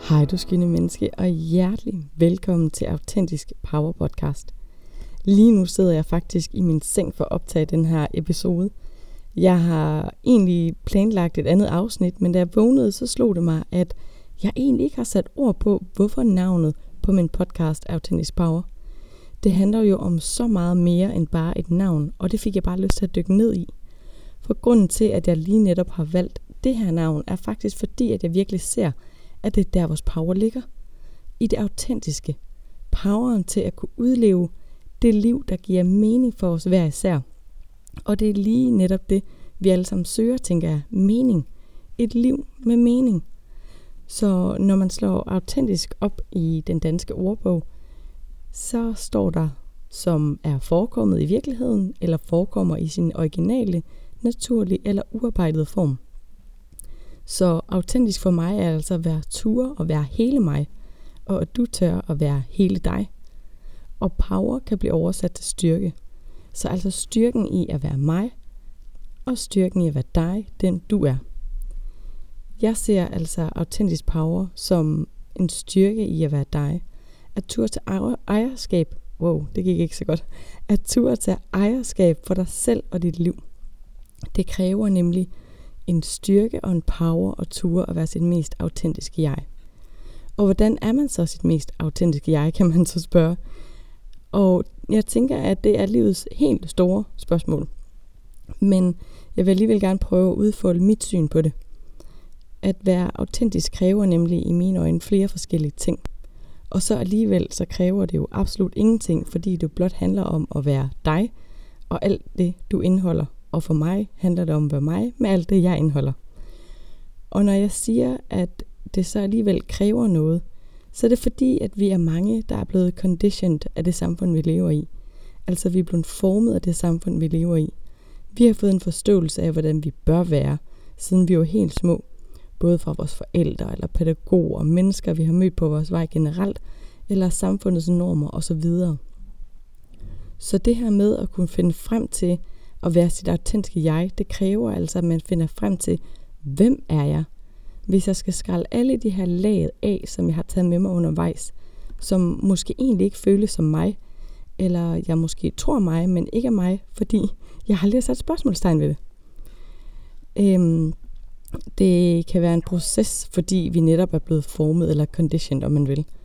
Hej du skønne menneske, og hjertelig velkommen til Autentisk Power Podcast. Lige nu sidder jeg faktisk i min seng for at optage den her episode. Jeg har egentlig planlagt et andet afsnit, men da jeg vågnede, så slog det mig, at jeg egentlig ikke har sat ord på, hvorfor navnet på min podcast Autentisk Power. Det handler jo om så meget mere end bare et navn, og det fik jeg bare lyst til at dykke ned i. For grunden til, at jeg lige netop har valgt det her navn, er faktisk fordi, at jeg virkelig ser, at det er der, vores power ligger. I det autentiske. Poweren til at kunne udleve det liv, der giver mening for os hver især. Og det er lige netop det, vi alle sammen søger, tænker jeg. Mening. Et liv med mening. Så når man slår autentisk op i den danske ordbog, så står der, som er forekommet i virkeligheden, eller forekommer i sin originale, naturlige eller uarbejdede form. Så autentisk for mig er altså at være ture og være hele mig, og at du tør at være hele dig. Og power kan blive oversat til styrke. Så altså styrken i at være mig, og styrken i at være dig, den du er. Jeg ser altså autentisk power som en styrke i at være dig. At turde til ejerskab, det gik ikke så godt. At turde til ejerskab for dig selv og dit liv. Det kræver nemlig en styrke og en power og ture at være sit mest autentiske jeg. Og hvordan er man så sit mest autentiske jeg, kan man så spørge. Og jeg tænker, at det er livets helt store spørgsmål. Men jeg vil alligevel gerne prøve at udfolde mit syn på det. At være autentisk kræver nemlig i mine øjne flere forskellige ting. Og så alligevel så kræver det jo absolut ingenting, fordi det blot handler om at være dig og alt det, du indeholder. Og for mig handler det om at være mig med alt det, jeg indeholder. Og når jeg siger, at det så alligevel kræver noget, så er det fordi, at vi er mange, der er blevet conditioned af det samfund, vi lever i. Altså vi er blevet formet af det samfund, vi lever i. Vi har fået en forståelse af, hvordan vi bør være, siden vi var helt små. Både fra vores forældre eller pædagoger og mennesker, vi har mødt på vores vej generelt, eller samfundets normer osv. Så det her med at kunne finde frem til at være sit autentiske jeg, det kræver altså, at man finder frem til, hvem er jeg? Hvis jeg skal skrælle alle de her lag af, som jeg har taget med mig undervejs, som måske egentlig ikke føles som mig, eller jeg måske tror mig, men ikke er mig, fordi jeg har lige sat spørgsmålstegn ved det. Det kan være en proces, fordi vi netop er blevet formet eller conditioned, om man vil.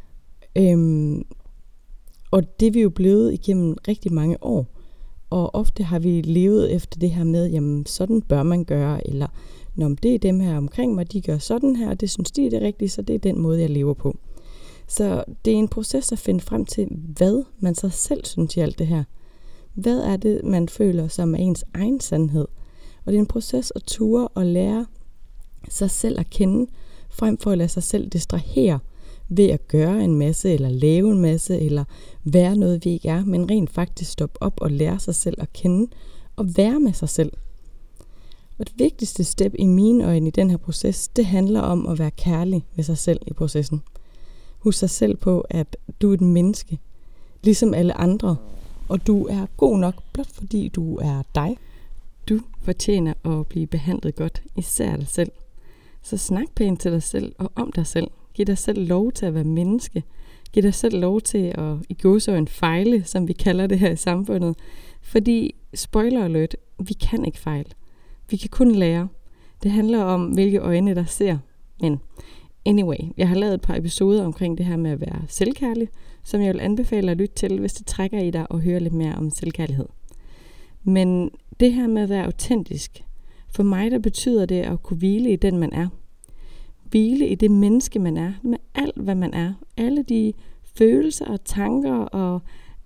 Og det er vi jo blevet igennem rigtig mange år. Og ofte har vi levet efter det her med, jamen sådan bør man gøre, eller når det er dem her omkring mig, de gør sådan her, og det synes de er det rigtige, så det er den måde, jeg lever på. Så det er en proces at finde frem til, hvad man så selv synes i alt det her. Hvad er det, man føler som er ens egen sandhed? Og det er en proces at ture og lære sig selv at kende, frem for at lade sig selv distrahere ved at gøre en masse, eller lave en masse, eller være noget, vi ikke er, men rent faktisk stoppe op og lære sig selv at kende, og være med sig selv. Og det vigtigste step i mine øjne i den her proces, det handler om at være kærlig ved sig selv i processen. Husk dig selv på, at du er et menneske, ligesom alle andre, og du er god nok, blot fordi du er dig. Du fortjener at blive behandlet godt, især dig selv. Så snak pænt til dig selv og om dig selv. Giv dig selv lov til at være menneske. Giv dig selv lov til at i gåseøjne fejle, som vi kalder det her i samfundet. Fordi, spoiler alert, vi kan ikke fejle. Vi kan kun lære. Det handler om, hvilke øjne der ser. Men anyway, jeg har lavet et par episoder omkring det her med at være selvkærlig, som jeg vil anbefale at lytte til, hvis det trækker i dig og høre lidt mere om selvkærlighed. Men det her med at være autentisk, for mig der betyder det at kunne hvile i den man er. Hvile i det menneske man er, med alt hvad man er. Alle de følelser og tanker og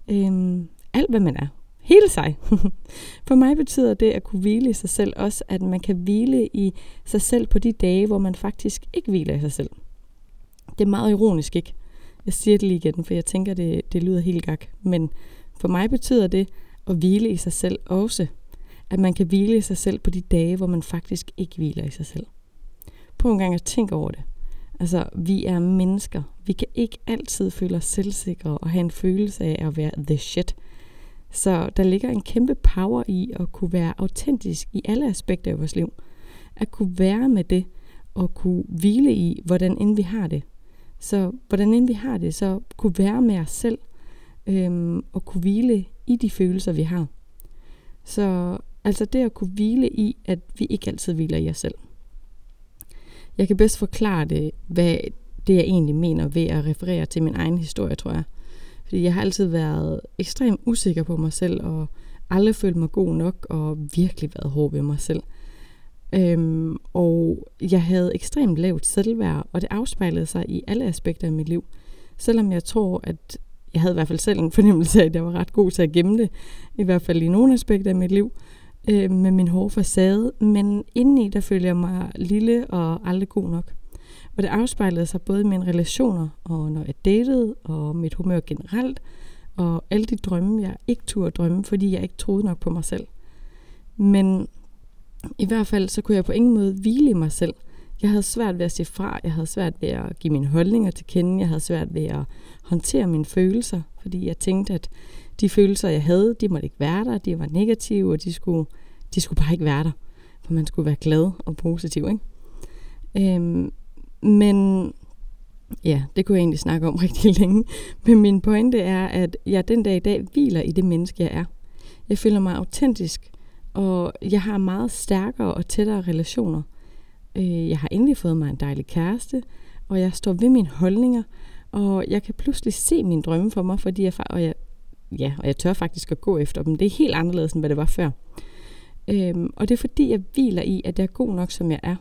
alt hvad man er. Hele sig. For mig betyder det at kunne hvile i sig selv også, at man kan hvile i sig selv på de dage, hvor man faktisk ikke hviler i sig selv. Det er meget ironisk, ikke? Jeg siger det lige igen, for jeg tænker, det lyder helt gak. Men for mig betyder det at hvile i sig selv også, at man kan hvile i sig selv på de dage, hvor man faktisk ikke hviler i sig selv. Prøv en gang at tænke over det. Altså, vi er mennesker. Vi kan ikke altid føle os selvsikre og have en følelse af at være the shit. Så der ligger en kæmpe power i at kunne være autentisk i alle aspekter af vores liv. At kunne være med det at kunne hvile i, hvordan end vi har det. Så hvordan end vi har det, så kunne være med os selv, og kunne hvile i de følelser, vi har. Så altså det at kunne hvile i, at vi ikke altid hviler i os selv. Jeg kan bedst forklare det, hvad det jeg egentlig mener ved at referere til min egen historie, tror jeg. Fordi jeg har altid været ekstremt usikker på mig selv, og aldrig følt mig god nok, og virkelig været hård ved mig selv. Og jeg havde ekstremt lavt selvværd, og det afspejlede sig i alle aspekter af mit liv. Selvom jeg tror, at jeg havde i hvert fald selv en fornemmelse af, at jeg var ret god til at gemme det, i hvert fald i nogle aspekter af mit liv, med min hårde facade. Men indeni, der følte jeg mig lille og aldrig god nok. Og det afspejlede sig både i mine relationer, og når jeg datede, og mit humør generelt, og alle de drømme, jeg ikke turde drømme, fordi jeg ikke troede nok på mig selv. Men i hvert fald, så kunne jeg på ingen måde hvile i mig selv. Jeg havde svært ved at sige fra, jeg havde svært ved at give mine holdninger til kende, jeg havde svært ved at håndtere mine følelser, fordi jeg tænkte, at de følelser, jeg havde, de måtte ikke være der, de var negative, og de skulle bare ikke være der, for man skulle være glad og positiv, ikke? Men ja, det kunne jeg egentlig snakke om rigtig længe. Men min pointe er, at jeg den dag i dag hviler i det menneske, jeg er. Jeg føler mig autentisk, og jeg har meget stærkere og tættere relationer. Jeg har endelig fået mig en dejlig kæreste, og jeg står ved mine holdninger, og jeg kan pludselig se mine drømme for mig, fordi jeg tør faktisk at gå efter dem. Det er helt anderledes, end hvad det var før. Og det er fordi, jeg hviler i, at jeg er god nok, som jeg er.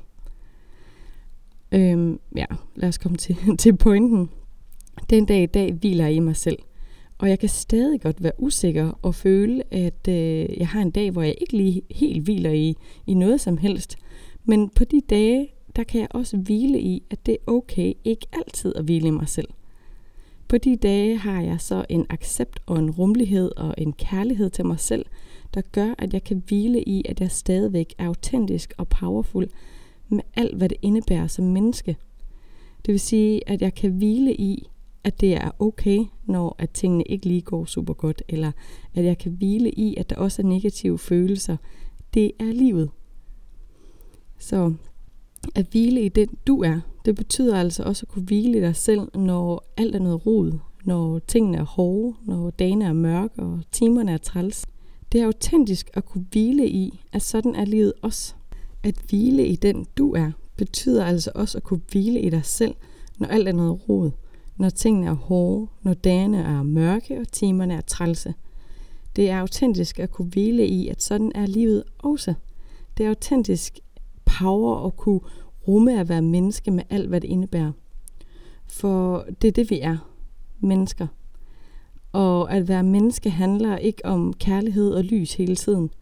Lad os komme til pointen. Den dag i dag hviler jeg i mig selv. Og jeg kan stadig godt være usikker og føle, at jeg har en dag, hvor jeg ikke lige helt hviler i noget som helst. Men på de dage, der kan jeg også hvile i, at det er okay ikke altid at hvile i mig selv. På de dage har jeg så en accept og en rummelighed og en kærlighed til mig selv, der gør, at jeg kan hvile i, at jeg stadigvæk er autentisk og powerful med alt, hvad det indebærer som menneske. Det vil sige, at jeg kan hvile i, at det er okay, når at tingene ikke lige går super godt, eller at jeg kan hvile i, at der også er negative følelser. Det er livet. Så at hvile i den du er, det betyder altså også at kunne hvile i dig selv, når alt er noget rod, når tingene er hårde, når dagene er mørke og timerne er træls. Det er autentisk at kunne hvile i, at sådan er livet også. At hvile i den du er, betyder altså også at kunne hvile i dig selv, når alt er noget rod, når tingene er hårde, når dagene er mørke og timerne er trælse. Det er autentisk at kunne hvile i, at sådan er livet også. Det er autentisk power at kunne rumme at være menneske med alt, hvad det indebærer. For det er det, vi er. Mennesker. Og at være menneske handler ikke om kærlighed og lys hele tiden.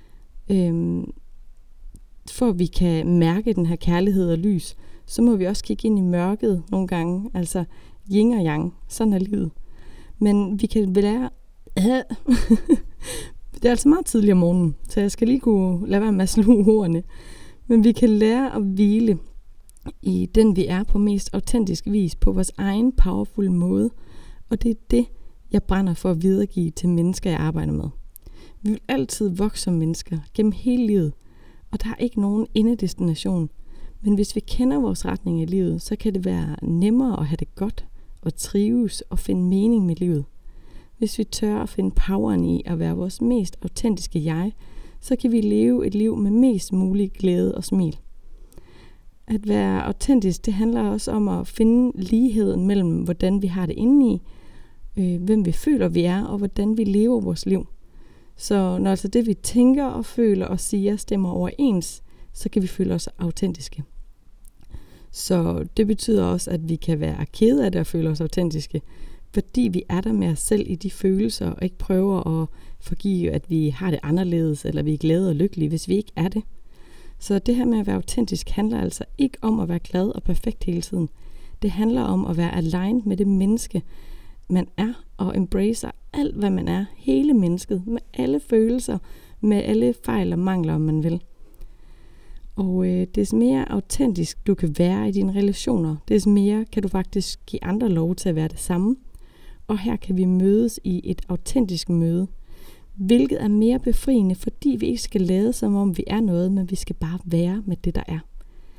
For at vi kan mærke den her kærlighed og lys, så må vi også kigge ind i mørket nogle gange. Altså yin og yang. Sådan er livet. Men vi kan lære... Det er altså meget tidligt om morgenen, så jeg skal lige kunne lade være med at sluge ordene. Men vi kan lære at hvile i den, vi er på mest autentisk vis, på vores egen powerful måde. Og det er det, jeg brænder for at videregive til mennesker, jeg arbejder med. Vi vil altid vokse som mennesker gennem hele livet, og der er ikke nogen endedestination. Men hvis vi kender vores retning i livet, så kan det være nemmere at have det godt, og trives og finde mening med livet. Hvis vi tør at finde poweren i at være vores mest autentiske jeg, så kan vi leve et liv med mest mulig glæde og smil. At være autentisk, det handler også om at finde ligheden mellem, hvordan vi har det indeni, hvem vi føler, vi er, og hvordan vi lever vores liv. Så når altså det, vi tænker og føler og siger, stemmer overens, så kan vi føle os autentiske. Så det betyder også, at vi kan være kede af det og føle os autentiske, fordi vi er der med os selv i de følelser, og ikke prøver at forgive, at vi har det anderledes, eller vi er glade og lykkelige, hvis vi ikke er det. Så det her med at være autentisk handler altså ikke om at være glad og perfekt hele tiden. Det handler om at være aligned med det menneske, man er, og embracer alt, hvad man er, hele mennesket, med alle følelser, med alle fejl og mangler, om man vil. Og des mere autentisk du kan være i dine relationer, des mere kan du faktisk give andre lov til at være det samme. Og her kan vi mødes i et autentisk møde, hvilket er mere befriende, fordi vi ikke skal lade som om vi er noget, men vi skal bare være med det, der er.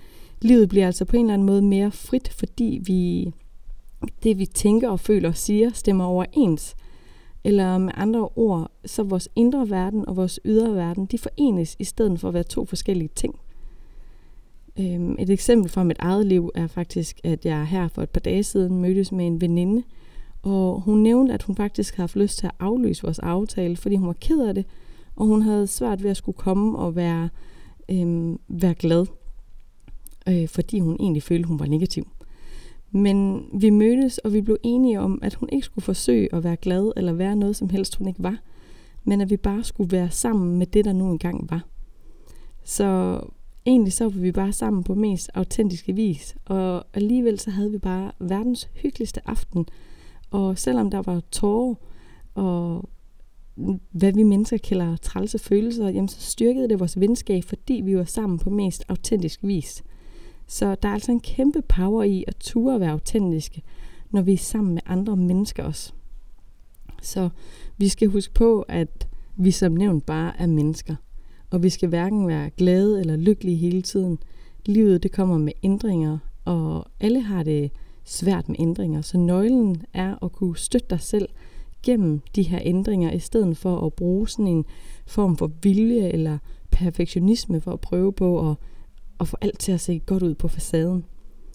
Livet bliver altså på en eller anden måde mere frit, fordi det vi tænker og føler og siger stemmer overens. Eller med andre ord, så vores indre verden og vores ydre verden, de forenes i stedet for at være to forskellige ting. Et eksempel fra mit eget liv er faktisk, at jeg her for et par dage siden mødtes med en veninde, og hun nævnte, at hun faktisk havde haft lyst til at aflyse vores aftale, fordi hun var ked af det, og hun havde svært ved at skulle komme og være glad, fordi hun egentlig følte, hun var negativ. Men vi mødtes, og vi blev enige om, at hun ikke skulle forsøge at være glad eller være noget som helst, hun ikke var, men at vi bare skulle være sammen med det, der nu engang var. Så egentlig så var vi bare sammen på mest autentiske vis, og alligevel så havde vi bare verdens hyggeligste aften. Og selvom der var tårer og hvad vi mennesker kalder trælse følelser, jamen så styrkede det vores venskab, fordi vi var sammen på mest autentisk vis. Så der er altså en kæmpe power i at ture at være autentiske, når vi er sammen med andre mennesker også. Så vi skal huske på, at vi som nævnt bare er mennesker. Og vi skal hverken være glade eller lykkelige hele tiden. Livet det kommer med ændringer, og alle har det svært med ændringer. Så nøglen er at kunne støtte dig selv gennem de her ændringer, i stedet for at bruge sådan en form for vilje eller perfektionisme for at prøve på at få alt til at se godt ud på facaden.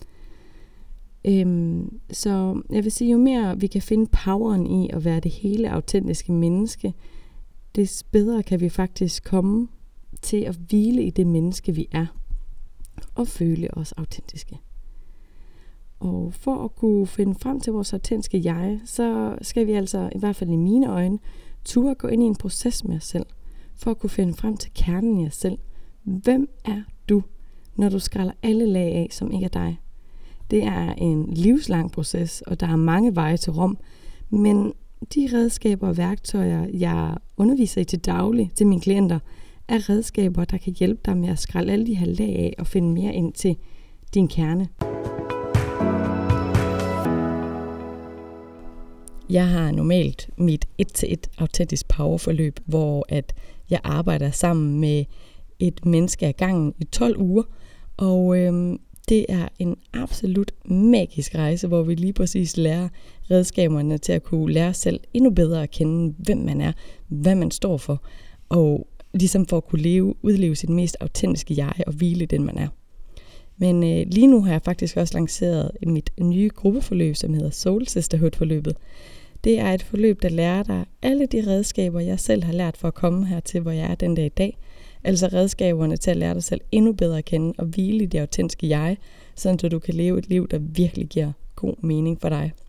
Så jeg vil sige, jo mere vi kan finde poweren i at være det hele autentiske menneske, des bedre kan vi faktisk komme til at hvile i det menneske, vi er, og føle os autentiske. Og for at kunne finde frem til vores autentiske jeg, så skal vi altså, i hvert fald i mine øjne, turde gå ind i en proces med os selv, for at kunne finde frem til kernen i os selv. Hvem er du, når du skræller alle lag af, som ikke er dig? Det er en livslang proces, og der er mange veje til Rom, men de redskaber og værktøjer, jeg underviser i til daglig til mine klienter, er redskaber, der kan hjælpe dig med at skrælle alle de her lag af og finde mere ind til din kerne. Jeg har normalt mit 1-1 autentisk powerforløb, hvor at jeg arbejder sammen med et menneske ad gangen i 12 uger, og det er en absolut magisk rejse, hvor vi lige præcis lærer redskaberne til at kunne lære os selv endnu bedre at kende, hvem man er, hvad man står for, og ligesom for at kunne udleve sit mest autentiske jeg og hvile den man er. Men lige nu har jeg faktisk også lanceret mit nye gruppeforløb, som hedder Soul Sisterhood-forløbet. Det er et forløb, der lærer dig alle de redskaber, jeg selv har lært for at komme hertil, hvor jeg er den dag i dag. Altså redskaberne til at lære dig selv endnu bedre at kende og hvile i det autentiske jeg, sådan så du kan leve et liv, der virkelig giver god mening for dig.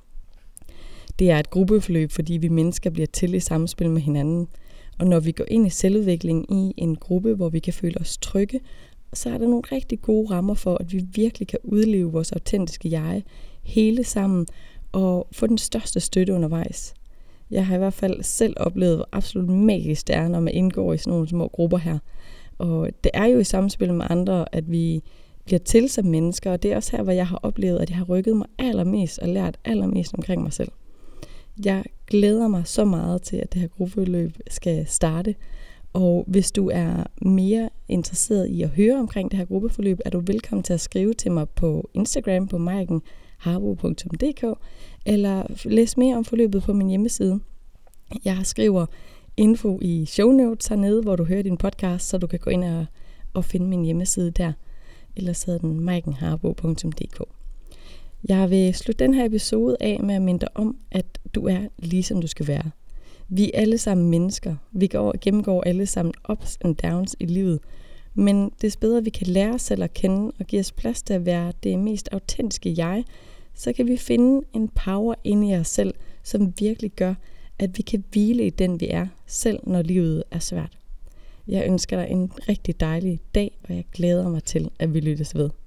Det er et gruppeforløb, fordi vi mennesker bliver til i samspil med hinanden. Og når vi går ind i selvudvikling i en gruppe, hvor vi kan føle os trygge, så er der nogle rigtig gode rammer for, at vi virkelig kan udleve vores autentiske jeg hele sammen og få den største støtte undervejs. Jeg har i hvert fald selv oplevet, hvor absolut magisk det er, når man indgår i sådan nogle små grupper her. Og det er jo i samspil med andre, at vi bliver til som mennesker, og det er også her, hvor jeg har oplevet, at jeg har rykket mig allermest og lært allermest omkring mig selv. Jeg glæder mig så meget til, at det her gruppeforløb skal starte, og hvis du er mere interesseret i at høre omkring det her gruppeforløb, er du velkommen til at skrive til mig på Instagram på maikenharbo.dk eller læs mere om forløbet på min hjemmeside. Jeg skriver info i show notes hernede, hvor du hører din podcast, så du kan gå ind og finde min hjemmeside der. Ellers hedder den maikenharbo.dk. Jeg vil slutte den her episode af med at minde dig om, at du er ligesom du skal være. Vi er alle sammen mennesker. Vi gennemgår alle sammen ups and downs i livet. Men des bedre vi kan lære os selv at kende og give os plads til at være det mest autentiske jeg, så kan vi finde en power inde i os selv, som virkelig gør, at vi kan hvile i den vi er, selv når livet er svært. Jeg ønsker dig en rigtig dejlig dag, og jeg glæder mig til, at vi lyttes ved.